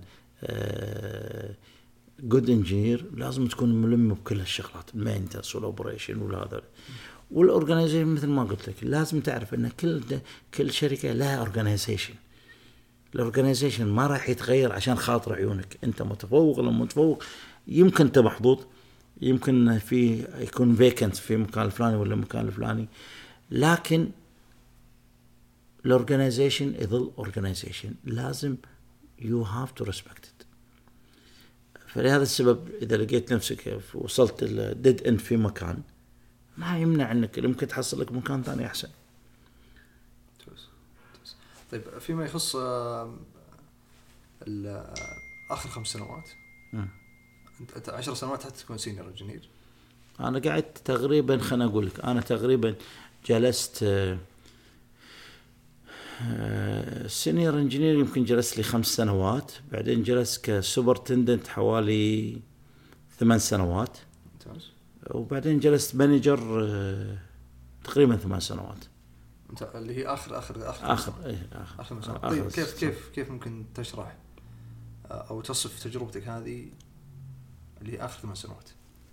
جود انجينير، لازم تكون ملم بكل الشغلات، المينتنس والاوبريشن وهذا والاورجنايزيشن. مثل ما قلت لك لازم تعرف ان كل كل شركه لها اورجنايزيشن. الاورجنايزيشن ما راح يتغير عشان خاطر عيونك، انت متفوق ولا متفوق، يمكن انت محظوظ، يمكن في يكون فيكنت في مكان الفلاني ولا مكان الفلاني، لكن الاورجنايزيشن يظل اورجنايزيشن، لازم you have to respect it. فلهذا السبب إذا لقيت نفسك وصلت الديد اند في مكان، ما يمنع أنك يمكن تحصل لك مكان ثاني أحسن. طيب فيما يخص آخر خمس سنوات، م. أنت عشر سنوات حتى تكون سينيور انجينير. أنا قاعد تقريبا خلنا أقول لك أنا تقريبا جلست سينيور انجينير يمكن جلست لي خمس سنوات، بعدين جلست كسوبرتندنت حوالي ثمان سنوات، ممتاز. وبعدين جلست مانجر تقريبا ثمان سنوات. اللي هي آخر آخر آخر آخر إيه آخر, آخر, آخر طيب كيف كيف كيف ممكن تشرح أو تصف تجربتك هذه اللي هي آخر ثمان سنوات؟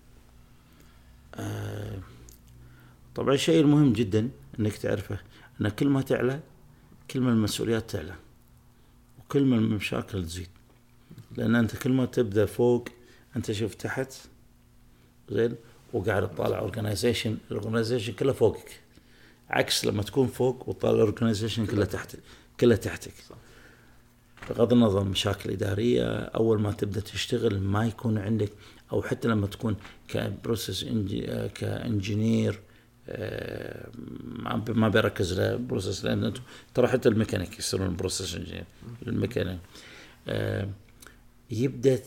آه طبعا الشيء المهم جدا إنك تعرفه إن كل ما تعلى كل ما المسؤوليات تعلى وكل ما المشاكل تزيد، لأن أنت كل ما تبدأ فوق أنت شوف تحت زين وقاعد تطالع أورجنايزيشن، الأورجنايزيشن كله فوقك، عكس لما تكون فوق وتطالع الأورجنايزيشن كله تحتك كله تحتك. بغض النظر مشاكل إدارية، أول ما تبدأ تشتغل ما يكون عندك، أو حتى لما تكون كبروسيس إنجي كإنجينير ما بيركز له بروسيس، لأن أنتم ترى حتى الميكانيك يصيرون بروسيس إنجينير. الميكانيك يبدأ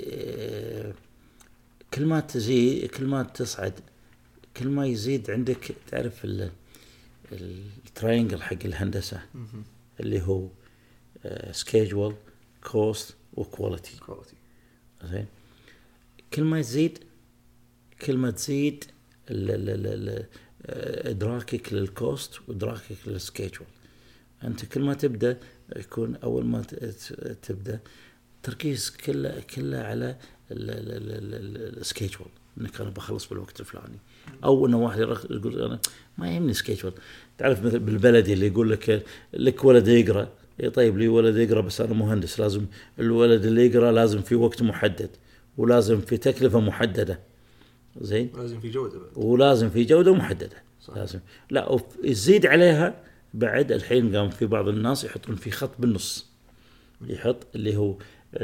كل ما تزيد كل ما تصعد كل ما يزيد عندك تعرف التراينجل حق الهندسة اللي هو schedule cost وquality. زين كل ما تزيد كل ما تزيد ادراكك للكوست وادراكك للسكيجول. انت كل ما تبدا يكون اول ما تبدا تركيز كله كله على السكيجول، انك انا بخلص بالوقت الفلاني، او انه واحد يقول انا ما يهمني سكيجول. تعرف مثل بالبلدي اللي يقول لك لك ولد يقرا، طيب لي ولد يقرا بس انا مهندس، لازم الولد اللي يقرا لازم في وقت محدد ولازم في تكلفه محدده، زين، ولازم في جوده بعد. ولازم في جوده محدده. صح. لازم لا يزيد عليها بعد. الحين قام في بعض الناس يحطون في خط بالنص، يحط اللي هو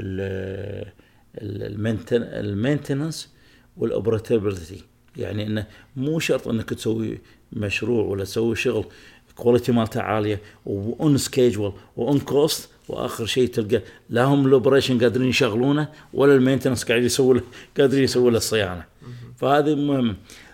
المينتنس والاوبراتيبيليتي، يعني انه مو شرط انك تسوي مشروع ولا تسوي شغل كواليتي مالته عاليه وأون سكيجول وأون كوست واخر شيء تلقى لا هم الاوبريشن قادرين يشغلونه ولا المينتنس قاعد يسوي قادرين يسوي له الصيانه. فهذه مهم.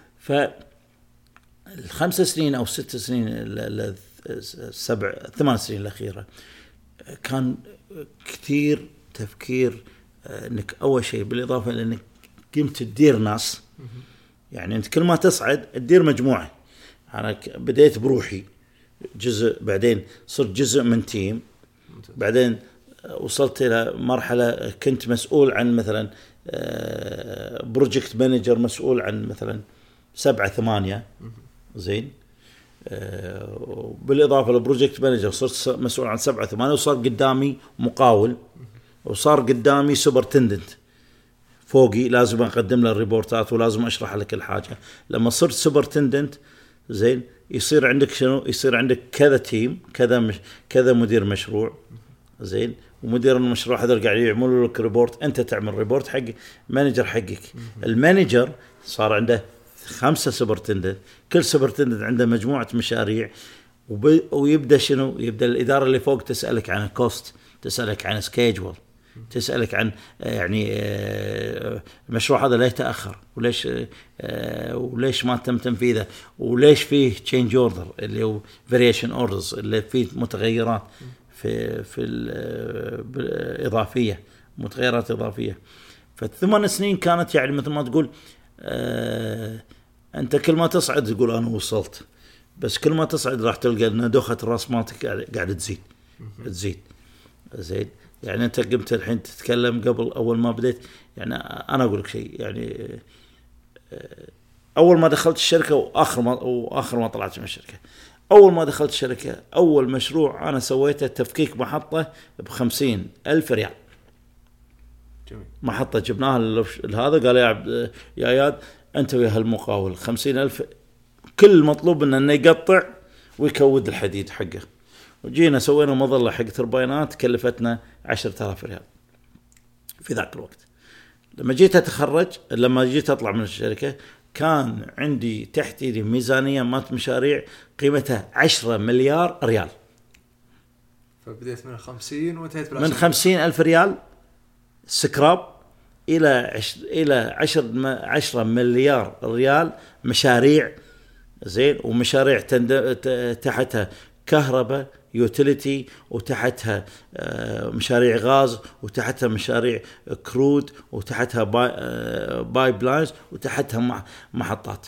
فالخمس سنين او ست سنين السبع ثمان سنين الاخيره كان كثير تفكير انك اول شيء بالاضافه لانك قمت تدير ناس. يعني انت كل ما تصعد تدير مجموعه. انا بديت بروحي جزء، بعدين صرت جزء من تيم، بعدين وصلت الى مرحله كنت مسؤول عن مثلا بروجكت مانجر، مسؤول عن مثلا سبعة ثمانية زين. بالاضافه للبروجكت مانجر صرت مسؤول عن سبعة ثمانية، وصار قدامي مقاول، وصار قدامي سوبرتندنت فوقي لازم اقدم له الريبورتات ولازم اشرح له كل حاجه. لما صرت سوبرتندنت زين يصير عندك شنو؟ يصير عندك كذا تيم، كذا مش كذا مدير مشروع زين، ومدير المشروع هذول قاعد يعملوا لك ريبورت، انت تعمل ريبورت حق مانجر حقك. المانجر صار عنده خمسة سوبرتندنت، كل سوبرتندنت عنده مجموعه مشاريع، ويبدا شنو؟ يبدا الاداره اللي فوق تسالك عن الكوست، تسالك عن سكيجول، تسألك عن يعني المشروع هذا ليش تأخر، وليش وليش ما تم تنفيذه، وليش فيه change order اللي هو variation orders اللي فيه متغيرات في في الإضافية، متغيرات إضافية. فالثمان سنين كانت يعني مثل ما تقول أنت كل ما تصعد تقول أنا وصلت، بس كل ما تصعد راح تلقى أن دوخة الرأس مالتك قاعدة تزيد تزيد زين. يعني أنت قمت الحين تتكلم قبل أول ما بديت، يعني أنا أقول لك شيء، يعني أول ما دخلت الشركة وآخر ما وآخر ما طلعت من الشركة، أول ما دخلت الشركة أول مشروع أنا سويته تفكيك محطة بخمسين ألف ريال. جميل. محطة جبناها لهذا قال يا يا اياد أنت ويا هالمقاول خمسين ألف، كل مطلوب إنه يقطع ويكود الحديد حقه، وجينا سوينا مظلة حق تربينات كلفتنا عشرة آلاف ريال في ذاك الوقت. لما جيت أتخرج، لما جيت أطلع من الشركة كان عندي تحتي ميزانية مات مشاريع قيمتها عشرة مليار ريال. فبديت من خمسين وانتهيت من خمسين ألف ريال سكراب إلى عش... إلى عشر عشرة مليار ريال مشاريع زين، ومشاريع تند... تحتها كهرباء يوتيليتي، وتحتها مشاريع غاز، وتحتها مشاريع كرود، وتحتها بايب لاينز، وتحتها محطات.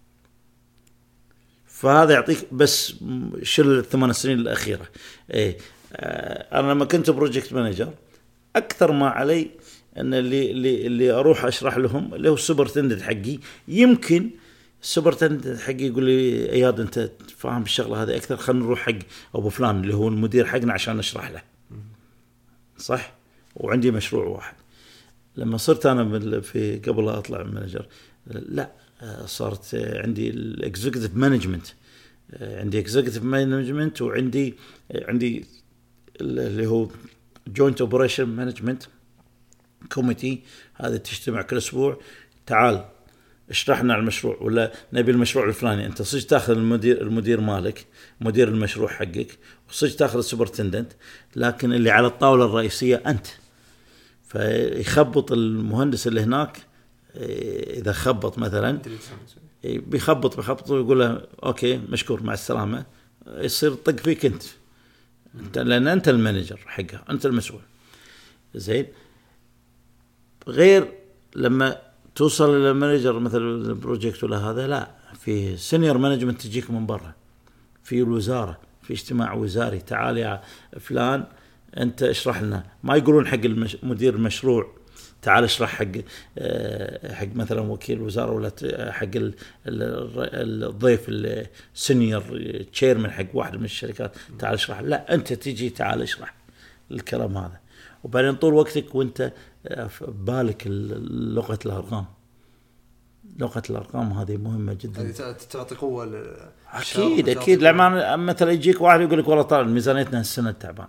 فهذا يعطيك بس شل الثمان سنين الأخيرة. إيه أنا لما كنت بروجكت مانجر أكثر ما علي أن اللي اللي اللي أروح أشرح لهم اللي هو السوبرتندنت حقي. يمكن السوبرتندنت حقي يقول لي اياد انت فاهم الشغله هذه اكثر، خلينا نروح حق ابو فلان اللي هو المدير حقنا عشان نشرح له. صح. وعندي مشروع واحد. لما صرت انا في قبل اطلع مانجر لا صارت عندي الاكزيكتيف مانجمنت، عندي اكزيكتيف مانجمنت، وعندي عندي اللي هو جوينت اوبريشن مانجمنت كوميتي. هذا تجتمع كل اسبوع، تعال اشرحنا على المشروع، ولا نبي المشروع الفلاني. انت صدق تاخذ المدير المدير مالك مدير المشروع حقك، وصدق تاخذ السوبرتندنت، لكن اللي على الطاوله الرئيسيه انت. فيخبط المهندس اللي هناك، اذا خبط مثلا بيخبط بيخبط ويقول له اوكي مشكور مع السلامه، يصير طق فيك انت، انت لان انت المانجر حقه، انت المسؤول زين. غير لما توصل الى مانجر مثل البروجكت ولا هذا، لا في سينيور مانجمنت تجيك من برا، في الوزاره، في اجتماع وزاري، تعال يا فلان انت اشرح لنا. ما يقولون حق المش... مدير المشروع تعال اشرح حق حق مثلا وكيل وزاره، ولا حق ال... الضيف السينيور تشيرمان حق واحد من الشركات تعال اشرح. لا انت تيجي تعال اشرح الكلام هذا. وبعدين طول وقتك وانت بالك لغة الأرقام. لغة الأرقام هذه مهمة جدا، تعطي قوة. أكيد أكيد. لما مثلا يجيك واحد يقول لك والله طال ميزانيتنا السنة تعبانة،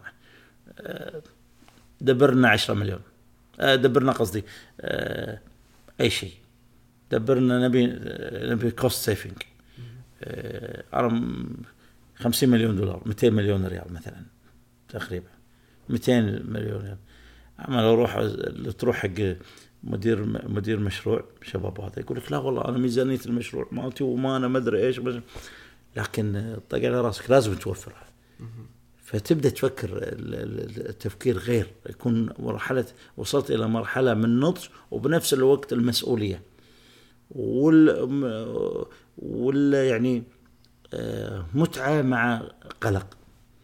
دبرنا عشرة مليون، دبرنا قصدي أي شيء، دبرنا نبي نبي كوست سيفينج أنا خمسين مليون دولار، مئتين مليون ريال مثلا تقريبا. مئتين مليون يعني. اما لو اروح تروح حق مدير مدير مشروع شباب هذا يقول لك لا والله انا ميزانيه المشروع مالتي وما انا ما ادري ايش، لكن طق على راسك لازم توفرها. فتبدا تفكر التفكير غير، يكون مرحله وصلت الى مرحله من نضج وبنفس الوقت المسؤوليه وال وال يعني متعه مع قلق.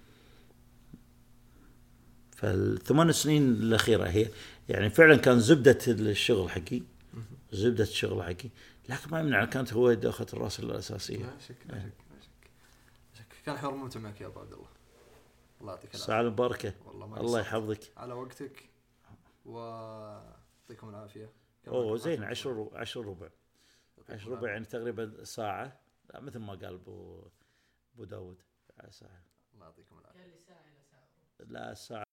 فالثمان سنين الاخيره هي يعني فعلا كان زبده الشغل حقي، زبده الشغل حقي، لكن ما يمنع كانت هو دوخه الراس الاساسيه. لا شك لا شك لا شك, شك. كان حوار ممتع معك يا ابو عبد الله، الله يعطيك العافيه. ساعة البركه، الله يحفظك على وقتك ويعطيكم العافيه. اوه زين. عشر عشر ربع عشر ربع يعني تقريبا ساعه، لا مثل ما قال ابو ابو داود ساعه. الله يعطيكم العافيه. لا الساعه